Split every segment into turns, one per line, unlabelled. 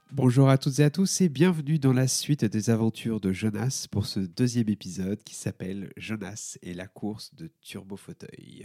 Bonjour à toutes et à tous et bienvenue dans la suite des aventures de Jonas pour ce deuxième épisode qui s'appelle Jonas et la course de Turbo Fauteuil.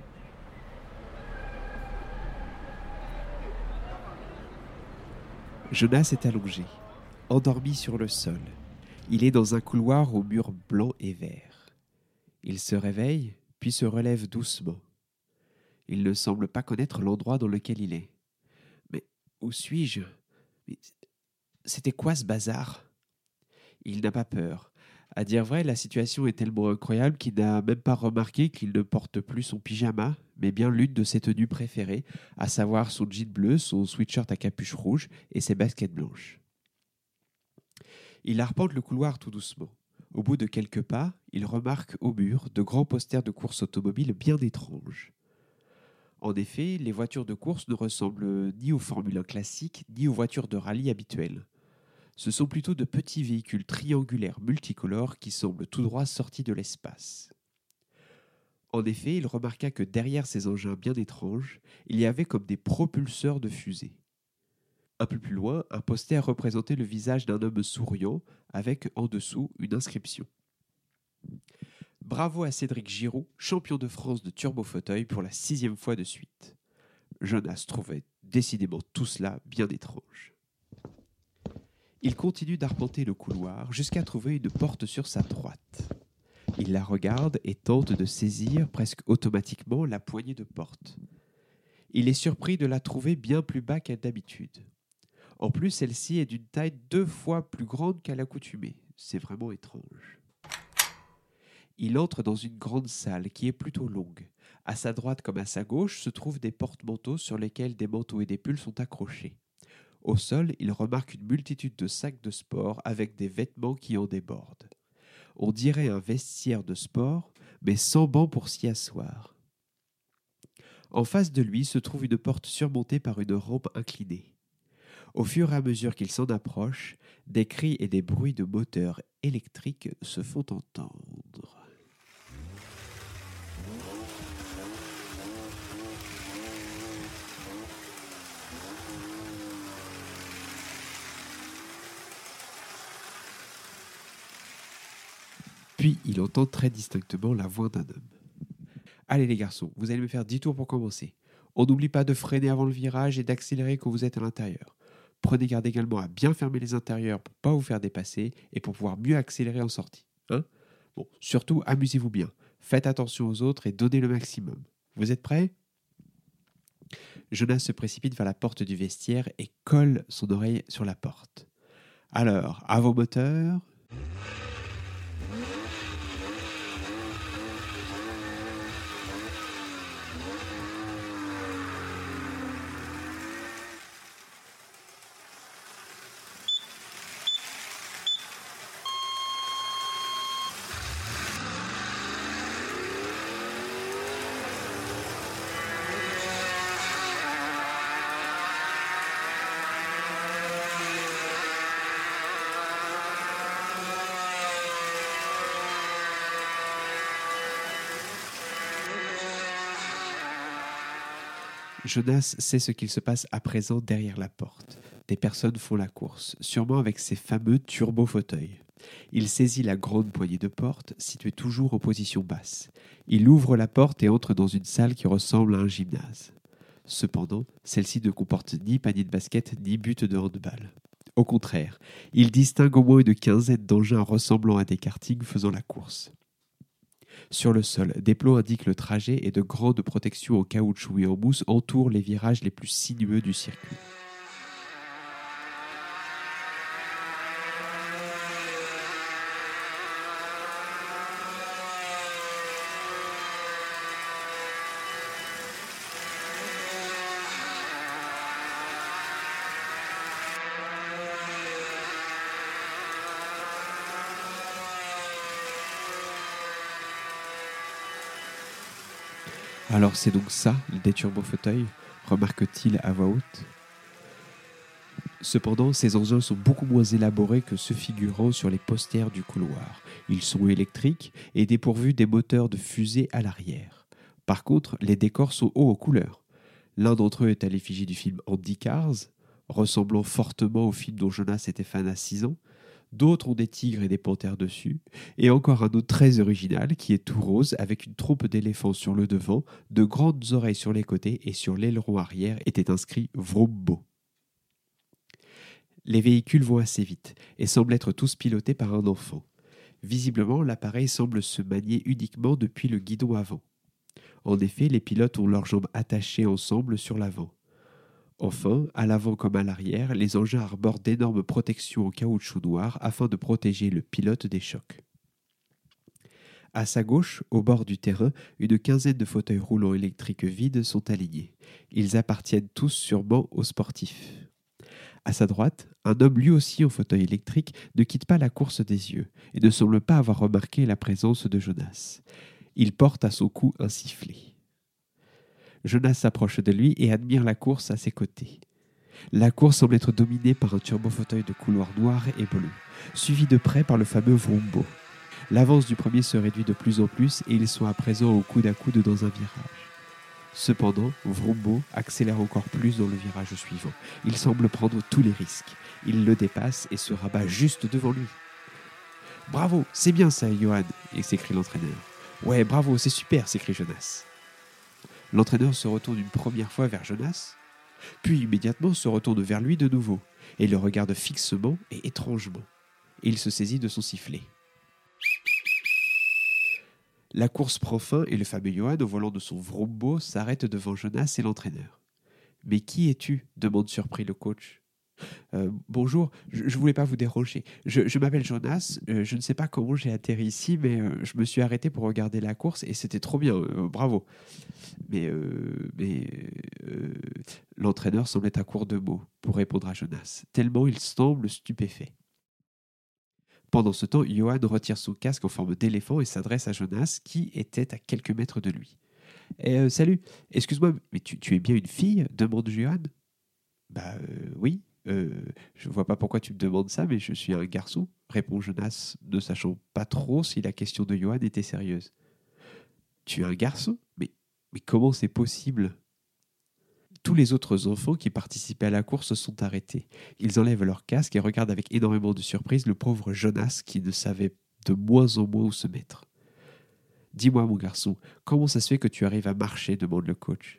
Jonas est allongé, endormi sur le sol. Il est dans un couloir aux murs blancs et verts. Il se réveille, puis se relève doucement. Il ne semble pas connaître l'endroit dans lequel il est. Mais où suis-je ? Mais c'était quoi ce bazar ? Il n'a pas peur. À dire vrai, la situation est tellement incroyable qu'il n'a même pas remarqué qu'il ne porte plus son pyjama, mais bien l'une de ses tenues préférées, à savoir son jean bleu, son sweatshirt à capuche rouge et ses baskets blanches. Il arpente le couloir tout doucement. Au bout de quelques pas, il remarque au mur de grands posters de courses automobiles bien étranges. En effet, les voitures de course ne ressemblent ni aux Formule 1 classiques, ni aux voitures de rallye habituelles. Ce sont plutôt de petits véhicules triangulaires multicolores qui semblent tout droit sortis de l'espace. En effet, il remarqua que derrière ces engins bien étranges, il y avait comme des propulseurs de fusées. Un peu plus loin, un poster représentait le visage d'un homme souriant avec en dessous une inscription. Bravo à Cédric Giroux, champion de France de Turbo Fauteuil pour la 6e fois de suite. Jonas trouvait décidément tout cela bien étrange. Il continue d'arpenter le couloir jusqu'à trouver une porte sur sa droite. Il la regarde et tente de saisir presque automatiquement la poignée de porte. Il est surpris de la trouver bien plus bas qu'à d'habitude. En plus, celle-ci est d'une taille 2 fois plus grande qu'à l'accoutumée. C'est vraiment étrange. Il entre dans une grande salle qui est plutôt longue. À sa droite comme à sa gauche se trouvent des porte-manteaux sur lesquels des manteaux et des pulls sont accrochés. Au sol, il remarque une multitude de sacs de sport avec des vêtements qui en débordent. On dirait un vestiaire de sport, mais sans banc pour s'y asseoir. En face de lui se trouve une porte surmontée par une rampe inclinée. Au fur et à mesure qu'il s'en approche, des cris et des bruits de moteurs électriques se font entendre. Puis il entend très distinctement la voix d'un homme. « Allez les garçons, vous allez me faire 10 tours pour commencer. On n'oublie pas de freiner avant le virage et d'accélérer quand vous êtes à l'intérieur. Prenez garde également à bien fermer les intérieurs pour ne pas vous faire dépasser et pour pouvoir mieux accélérer en sortie. Bon, surtout, amusez-vous bien. Faites attention aux autres et donnez le maximum. Vous êtes prêts ? Jonas se précipite vers la porte du vestiaire et colle son oreille sur la porte. Alors, à vos moteurs. Jonas sait ce qu'il se passe à présent derrière la porte. Des personnes font la course, sûrement avec ces fameux turbo-fauteuils. Il saisit la grande poignée de porte, située toujours en position basse. Il ouvre la porte et entre dans une salle qui ressemble à un gymnase. Cependant, celle-ci ne comporte ni panier de basket ni but de handball. Au contraire, il distingue au moins une quinzaine d'engins ressemblant à des kartings faisant la course. Sur le sol, des plots indiquent le trajet et de grandes protections en caoutchouc et en mousse entourent les virages les plus sinueux du circuit. Alors c'est donc ça, des turbo-fauteuils, remarque-t-il à voix haute. Cependant, ces engins sont beaucoup moins élaborés que ceux figurant sur les posters du couloir. Ils sont électriques et dépourvus des moteurs de fusée à l'arrière. Par contre, les décors sont hauts en couleurs. L'un d'entre eux est à l'effigie du film Andy Cars. ressemblant fortement au film dont Jonas était fan à 6 ans. D'autres ont des tigres et des panthères dessus. Et encore un autre très original qui est tout rose avec une trompe d'éléphant sur le devant, de grandes oreilles sur les côtés et sur l'aileron arrière était inscrit Vrumbo. Les véhicules vont assez vite et semblent être tous pilotés par un enfant. Visiblement, l'appareil semble se manier uniquement depuis le guidon avant. En effet, les pilotes ont leurs jambes attachées ensemble sur l'avant. Enfin, à l'avant comme à l'arrière, les engins arborent d'énormes protections en caoutchouc noir afin de protéger le pilote des chocs. À sa gauche, au bord du terrain, une quinzaine de fauteuils roulants électriques vides sont alignés. Ils appartiennent tous sûrement aux sportifs. À sa droite, un homme lui aussi en fauteuil électrique ne quitte pas la course des yeux et ne semble pas avoir remarqué la présence de Jonas. Il porte à son cou un sifflet. Jonas s'approche de lui et admire la course à ses côtés. La course semble être dominée par un turbo-fauteuil de couleur noire et bleue, suivi de près par le fameux Vrumbo. L'avance du premier se réduit de plus en plus et ils sont à présent au coude à coude dans un virage. Cependant, Vrumbo accélère encore plus dans le virage suivant. Il semble prendre tous les risques. Il le dépasse et se rabat juste devant lui. « Bravo, c'est bien ça, Johan !» s'écrie l'entraîneur. « Ouais, bravo, c'est super !» s'écrie Jonas. L'entraîneur se retourne une première fois vers Jonas, puis immédiatement se retourne vers lui de nouveau, et le regarde fixement et étrangement. Et il se saisit de son sifflet. La course prend fin et le fameux Johan, au volant de son Vrumbo, s'arrête devant Jonas et l'entraîneur. « Mais qui es-tu » demande surpris le coach. Bonjour, je voulais pas vous déranger. Je m'appelle Jonas, je ne sais pas comment j'ai atterri ici, mais je me suis arrêté pour regarder la course et c'était trop bien, bravo. Mais l'entraîneur semblait à court de mots pour répondre à Jonas, tellement il semble stupéfait. Pendant ce temps, Johan retire son casque en forme d'éléphant et s'adresse à Jonas qui était à quelques mètres de lui. Salut, excuse-moi, mais tu es bien une fille demande Johan. Oui. Je vois pas pourquoi tu me demandes ça, mais je suis un garçon, répond Jonas, ne sachant pas trop si la question de Johan était sérieuse. Tu es un garçon ? Mais comment c'est possible ? Tous les autres enfants qui participaient à la course sont arrêtés. Ils enlèvent leur casque et regardent avec énormément de surprise le pauvre Jonas qui ne savait de moins en moins où se mettre. Dis-moi, mon garçon, comment ça se fait que tu arrives à marcher ? Demande le coach.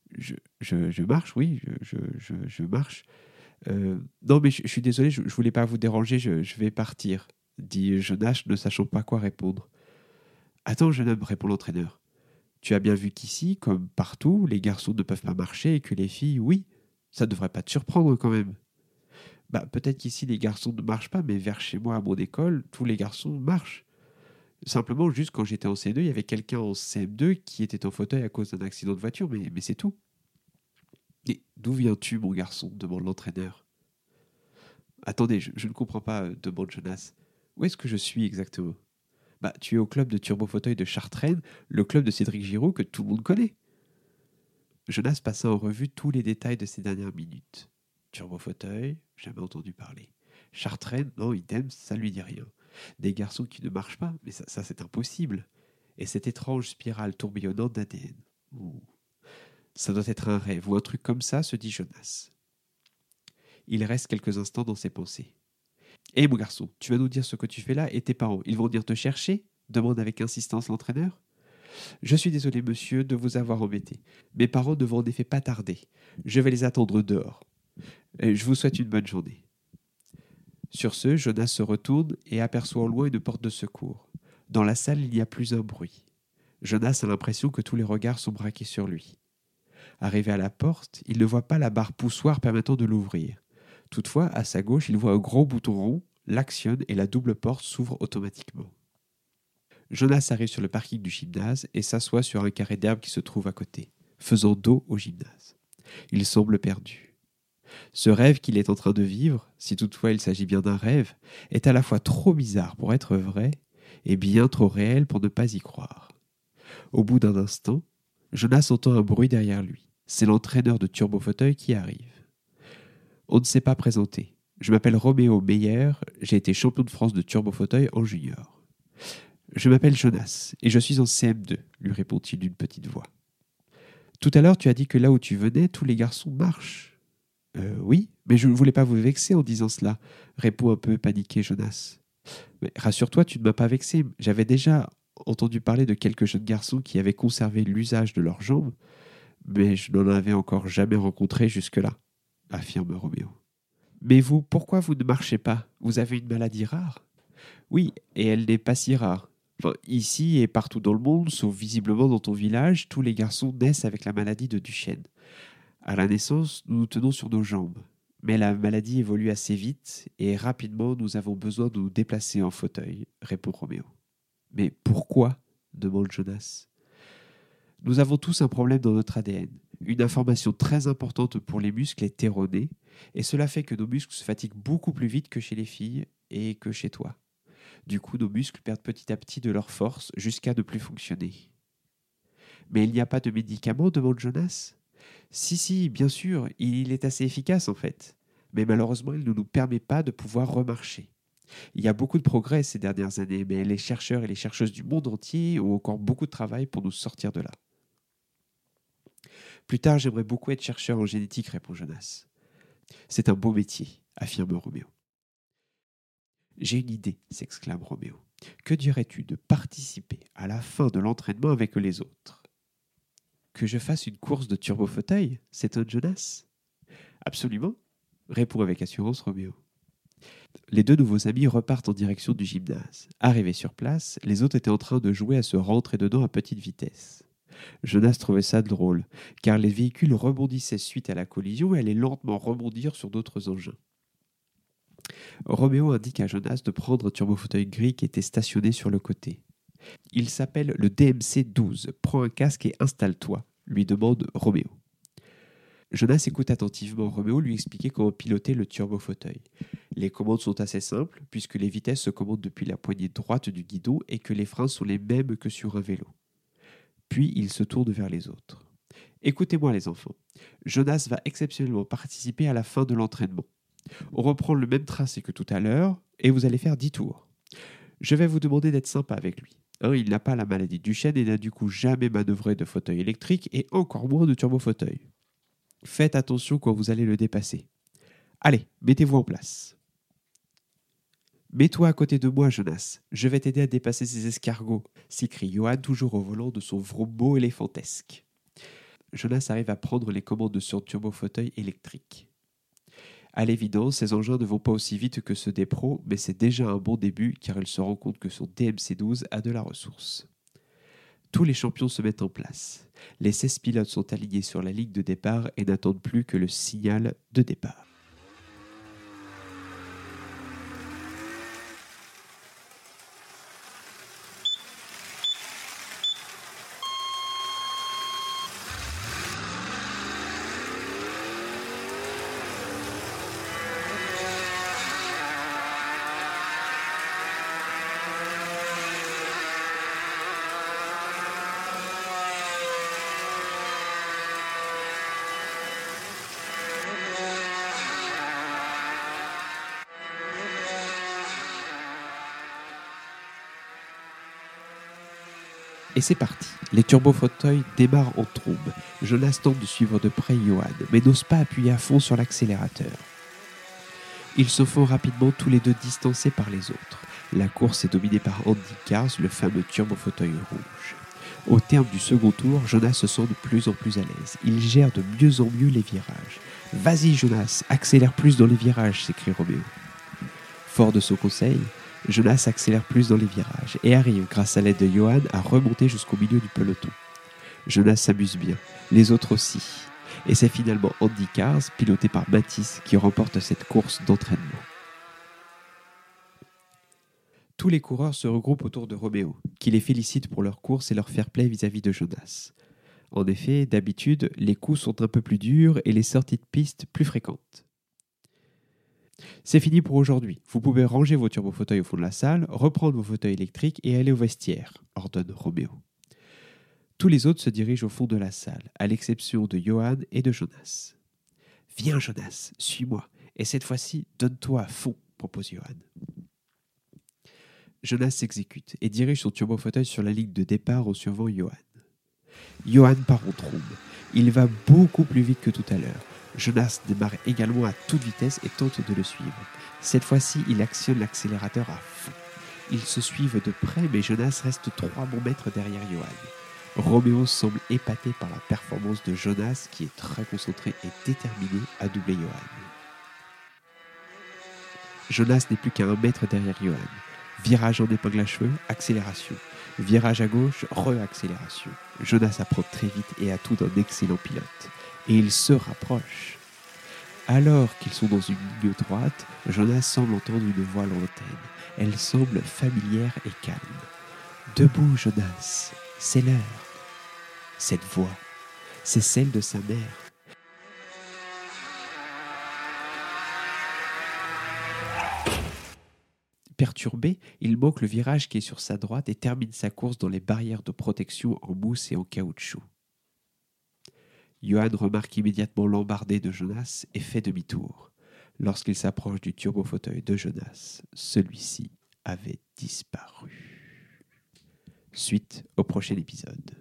Je marche, oui, je marche. Non, mais je suis désolé, je voulais pas vous déranger, je vais partir, dit Jonas, ne sachant pas quoi répondre. Attends, jeune homme, répond l'entraîneur. Tu as bien vu qu'ici, comme partout, les garçons ne peuvent pas marcher et que les filles, oui. Ça devrait pas te surprendre quand même. Peut-être qu'ici les garçons ne marchent pas, mais vers chez moi à mon école, tous les garçons marchent. Simplement, juste quand j'étais en CE2, il y avait quelqu'un en CM2 qui était en fauteuil à cause d'un accident de voiture, mais c'est tout. Et d'où viens-tu, mon garçon ? Demande l'entraîneur. Attendez, je ne comprends pas, demande Jonas. Où est-ce que je suis exactement ? Tu es au club de turbo-fauteuil de Chartraine, le club de Cédric Giroud que tout le monde connaît. Jonas passa en revue tous les détails de ces dernières minutes. Turbo-fauteuil, jamais entendu parler. Chartraine, non, idem, ça lui dit rien. Des garçons qui ne marchent pas, mais ça c'est impossible. Et cette étrange spirale tourbillonnante d'ADN. Ça doit être un rêve ou un truc comme ça, se dit Jonas. Il reste quelques instants dans ses pensées. « Hé mon garçon, tu vas nous dire ce que tu fais là et tes parents, ils vont venir te chercher ?» demande avec insistance l'entraîneur. « Je suis désolé monsieur de vous avoir embêté. Mes parents ne vont en effet pas tarder. Je vais les attendre dehors. Je vous souhaite une bonne journée. » Sur ce, Jonas se retourne et aperçoit au loin une porte de secours. Dans la salle, il n'y a plus un bruit. Jonas a l'impression que tous les regards sont braqués sur lui. Arrivé à la porte, il ne voit pas la barre poussoir permettant de l'ouvrir. Toutefois, à sa gauche, il voit un gros bouton rond, l'actionne et la double porte s'ouvre automatiquement. Jonas arrive sur le parking du gymnase et s'assoit sur un carré d'herbe qui se trouve à côté, faisant dos au gymnase. Il semble perdu. Ce rêve qu'il est en train de vivre, si toutefois il s'agit bien d'un rêve, est à la fois trop bizarre pour être vrai et bien trop réel pour ne pas y croire. Au bout d'un instant, Jonas entend un bruit derrière lui. C'est l'entraîneur de turbo-fauteuil qui arrive. On ne s'est pas présenté. Je m'appelle Roméo Meyer, j'ai été champion de France de turbo-fauteuil en junior. Je m'appelle Jonas et je suis en CM2, lui répond-il d'une petite voix. Tout à l'heure, tu as dit que là où tu venais, tous les garçons marchent. Oui, Mais je ne voulais pas vous vexer en disant cela, répond un peu paniqué Jonas. Mais rassure-toi, tu ne m'as pas vexé. J'avais déjà entendu parler de quelques jeunes garçons qui avaient conservé l'usage de leurs jambes, mais je n'en avais encore jamais rencontré jusque-là, affirme Roméo. Mais vous, pourquoi vous ne marchez pas? Vous avez une maladie rare? Oui, et elle n'est pas si rare. Enfin, ici et partout dans le monde, sauf visiblement dans ton village, tous les garçons naissent avec la maladie de Duchenne. À la naissance, nous nous tenons sur nos jambes. Mais la maladie évolue assez vite et rapidement nous avons besoin de nous déplacer en fauteuil, répond Roméo. Mais pourquoi? Demande Jonas. Nous avons tous un problème dans notre ADN. Une information très importante pour les muscles est erronée, et cela fait que nos muscles se fatiguent beaucoup plus vite que chez les filles et que chez toi. Du coup, nos muscles perdent petit à petit de leur force jusqu'à ne plus fonctionner. Mais il n'y a pas de médicament, demande Jonas. Si, bien sûr, il est assez efficace en fait. Mais malheureusement, il ne nous permet pas de pouvoir remarcher. Il y a beaucoup de progrès ces dernières années, mais les chercheurs et les chercheuses du monde entier ont encore beaucoup de travail pour nous sortir de là. Plus tard, j'aimerais beaucoup être chercheur en génétique, répond Jonas. C'est un beau métier, affirme Roméo. J'ai une idée, s'exclame Roméo. Que dirais-tu de participer à la fin de l'entraînement avec les autres? Que je fasse une course de turbo-fauteuil? s'étonne Jonas. Absolument, répond avec assurance Roméo. Les deux nouveaux amis repartent en direction du gymnase. Arrivés sur place, les autres étaient en train de jouer à se rentrer dedans à petite vitesse. Jonas trouvait ça drôle, car les véhicules rebondissaient suite à la collision et allaient lentement rebondir sur d'autres engins. Roméo indique à Jonas de prendre un turbo-fauteuil gris qui était stationné sur le côté. Il s'appelle le DMC-12. Prends un casque et installe-toi, lui demande Roméo. Jonas écoute attentivement Roméo lui expliquer comment piloter le turbo-fauteuil. Les commandes sont assez simples, puisque les vitesses se commandent depuis la poignée droite du guidon et que les freins sont les mêmes que sur un vélo. Puis il se tourne vers les autres. Écoutez-moi les enfants, Jonas va exceptionnellement participer à la fin de l'entraînement. On reprend le même tracé que tout à l'heure et vous allez faire 10 tours. Je vais vous demander d'être sympa avec lui. Il n'a pas la maladie de Duchenne et n'a du coup jamais manœuvré de fauteuil électrique et encore moins de turbo-fauteuil. Faites attention quand vous allez le dépasser. Allez, mettez-vous en place. Mets-toi à côté de moi, Jonas. Je vais t'aider à dépasser ces escargots, s'écrie Johan, toujours au volant de son vroom éléphantesque. Jonas arrive à prendre les commandes de son turbo-fauteuil électrique. À l'évidence, ces engins ne vont pas aussi vite que ceux des pros, mais c'est déjà un bon début car il se rend compte que son DMC-12 a de la ressource. Tous les champions se mettent en place. Les 16 pilotes sont alignés sur la ligne de départ et n'attendent plus que le signal de départ. Et c'est parti. Les turbo-fauteuils démarrent en trombe. Jonas tente de suivre de près Johan, mais n'ose pas appuyer à fond sur l'accélérateur. Ils se font rapidement tous les deux distancés par les autres. La course est dominée par Andy Cars, le fameux turbo-fauteuil rouge. Au terme du second tour, Jonas se sent de plus en plus à l'aise. Il gère de mieux en mieux les virages. « Vas-y Jonas, accélère plus dans les virages !» s'écrie Roméo. Fort de son conseil, Jonas accélère plus dans les virages et arrive, grâce à l'aide de Johan, à remonter jusqu'au milieu du peloton. Jonas s'amuse bien, les autres aussi. Et c'est finalement Andy Cars, piloté par Mathis, qui remporte cette course d'entraînement. Tous les coureurs se regroupent autour de Roméo, qui les félicite pour leur course et leur fair-play vis-à-vis de Jonas. En effet, d'habitude, les coups sont un peu plus durs et les sorties de piste plus fréquentes. C'est fini pour aujourd'hui. Vous pouvez ranger vos turbo-fauteuils au fond de la salle, reprendre vos fauteuils électriques et aller au vestiaire, ordonne Roméo. Tous les autres se dirigent au fond de la salle, à l'exception de Johan et de Jonas. « Viens Jonas, suis-moi, et cette fois-ci, donne-toi à fond, propose Johan. Jonas s'exécute et dirige son turbo-fauteuil sur la ligne de départ en suivant Johan. Johan part en trombe. Il va beaucoup plus vite que tout à l'heure. Jonas démarre également à toute vitesse et tente de le suivre. Cette fois-ci, il actionne l'accélérateur à fond. Ils se suivent de près, mais Jonas reste 3 bons mètres derrière Johan. Roméo semble épaté par la performance de Jonas, qui est très concentré et déterminé à doubler Johan. Jonas n'est plus qu'à 1 mètre derrière Johan. Virage en épingle à cheveux, accélération. Virage à gauche, re-accélération. Jonas apprend très vite et a tout d'un excellent pilote. Et il se rapproche. Alors qu'ils sont dans une ligne droite, Jonas semble entendre une voix lointaine. Elle semble familière et calme. « Debout, Jonas, c'est l'heure. » Cette voix, c'est celle de sa mère. Perturbé, il manque le virage qui est sur sa droite et termine sa course dans les barrières de protection en mousse et en caoutchouc. Johan remarque immédiatement l'embardé de Jonas et fait demi-tour. Lorsqu'il s'approche du turbofauteuil de Jonas, celui-ci avait disparu. Suite au prochain épisode.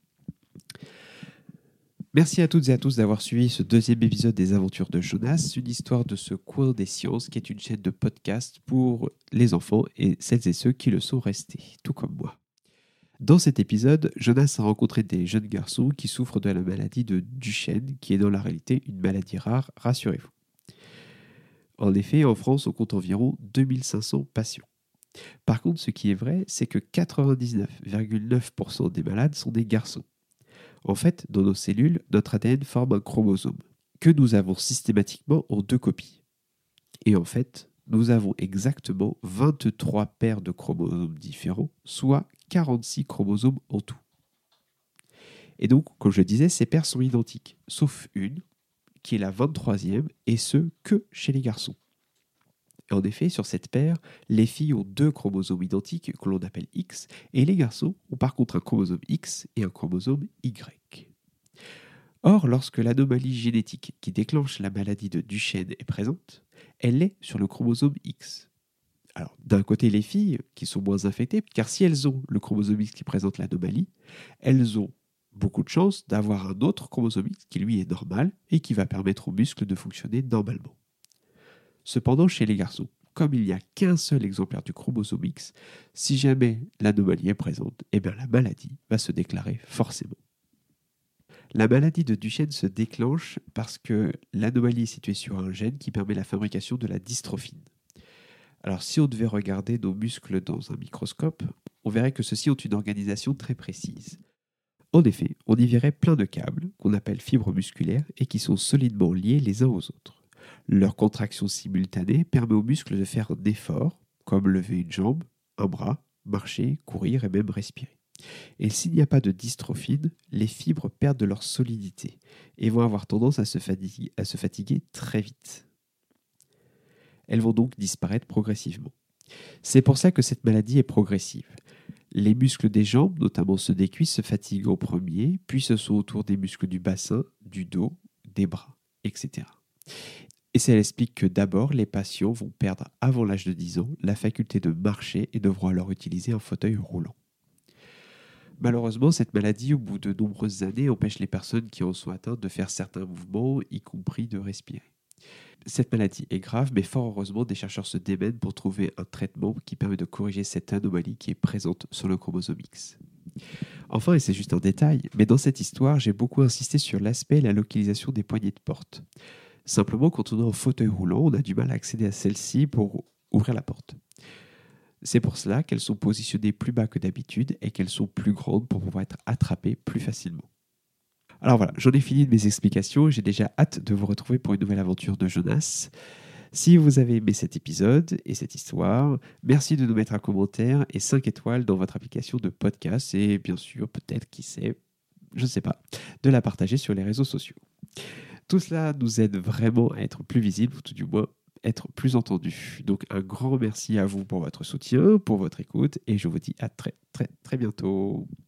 Merci à toutes et à tous d'avoir suivi ce 2e épisode des Aventures de Jonas, une histoire de ce coin des sciences qui est une chaîne de podcast pour les enfants et celles et ceux qui le sont restés, tout comme moi. Dans cet épisode, Jonas a rencontré des jeunes garçons qui souffrent de la maladie de Duchenne, qui est dans la réalité une maladie rare, rassurez-vous. En effet, en France, on compte environ 2500 patients. Par contre, ce qui est vrai, c'est que 99,9% des malades sont des garçons. En fait, dans nos cellules, notre ADN forme un chromosome, que nous avons systématiquement en 2 copies. Et en fait, nous avons exactement 23 paires de chromosomes différents, soit 46 chromosomes en tout. Et donc, comme je le disais, ces paires sont identiques, sauf une, qui est la 23e, et ce, que chez les garçons. Et en effet, sur cette paire, les filles ont 2 chromosomes identiques que l'on appelle X, et les garçons ont par contre un chromosome X et un chromosome Y. Or, lorsque l'anomalie génétique qui déclenche la maladie de Duchenne est présente, elle est sur le chromosome X. Alors, d'un côté, les filles, qui sont moins infectées, car si elles ont le chromosome X qui présente l'anomalie, elles ont beaucoup de chances d'avoir un autre chromosome X qui lui est normal et qui va permettre aux muscles de fonctionner normalement. Cependant, chez les garçons, comme il n'y a qu'un seul exemplaire du chromosome X, si jamais l'anomalie est présente, eh bien la maladie va se déclarer forcément. La maladie de Duchenne se déclenche parce que l'anomalie est située sur un gène qui permet la fabrication de la dystrophine. Alors si on devait regarder nos muscles dans un microscope, on verrait que ceux-ci ont une organisation très précise. En effet, on y verrait plein de câbles, qu'on appelle fibres musculaires, et qui sont solidement liés les uns aux autres. Leur contraction simultanée permet aux muscles de faire un effort, comme lever une jambe, un bras, marcher, courir et même respirer. Et s'il n'y a pas de dystrophine, les fibres perdent de leur solidité et vont avoir tendance à se fatiguer très vite. Elles vont donc disparaître progressivement. C'est pour ça que cette maladie est progressive. Les muscles des jambes, notamment ceux des cuisses, se fatiguent en premier, puis ce sont autour des muscles du bassin, du dos, des bras, etc. Et ça explique que d'abord, les patients vont perdre avant l'âge de 10 ans la faculté de marcher et devront alors utiliser un fauteuil roulant. Malheureusement, cette maladie, au bout de nombreuses années, empêche les personnes qui en sont atteintes de faire certains mouvements, y compris de respirer. Cette maladie est grave, mais fort heureusement, des chercheurs se démènent pour trouver un traitement qui permet de corriger cette anomalie qui est présente sur le chromosome X. Enfin, et c'est juste un détail, mais dans cette histoire, j'ai beaucoup insisté sur l'aspect et la localisation des poignées de porte. Simplement, quand on est en fauteuil roulant, on a du mal à accéder à celle-ci pour ouvrir la porte. C'est pour cela qu'elles sont positionnées plus bas que d'habitude et qu'elles sont plus grandes pour pouvoir être attrapées plus facilement. Alors voilà, j'en ai fini de mes explications. J'ai déjà hâte de vous retrouver pour une nouvelle aventure de Jonas. Si vous avez aimé cet épisode et cette histoire, merci de nous mettre un commentaire et 5 étoiles dans votre application de podcast et bien sûr, peut-être, qui sait, je ne sais pas, de la partager sur les réseaux sociaux. Tout cela nous aide vraiment à être plus visible, ou tout du moins être plus entendu. Donc un grand merci à vous pour votre soutien, pour votre écoute et je vous dis à très très très bientôt.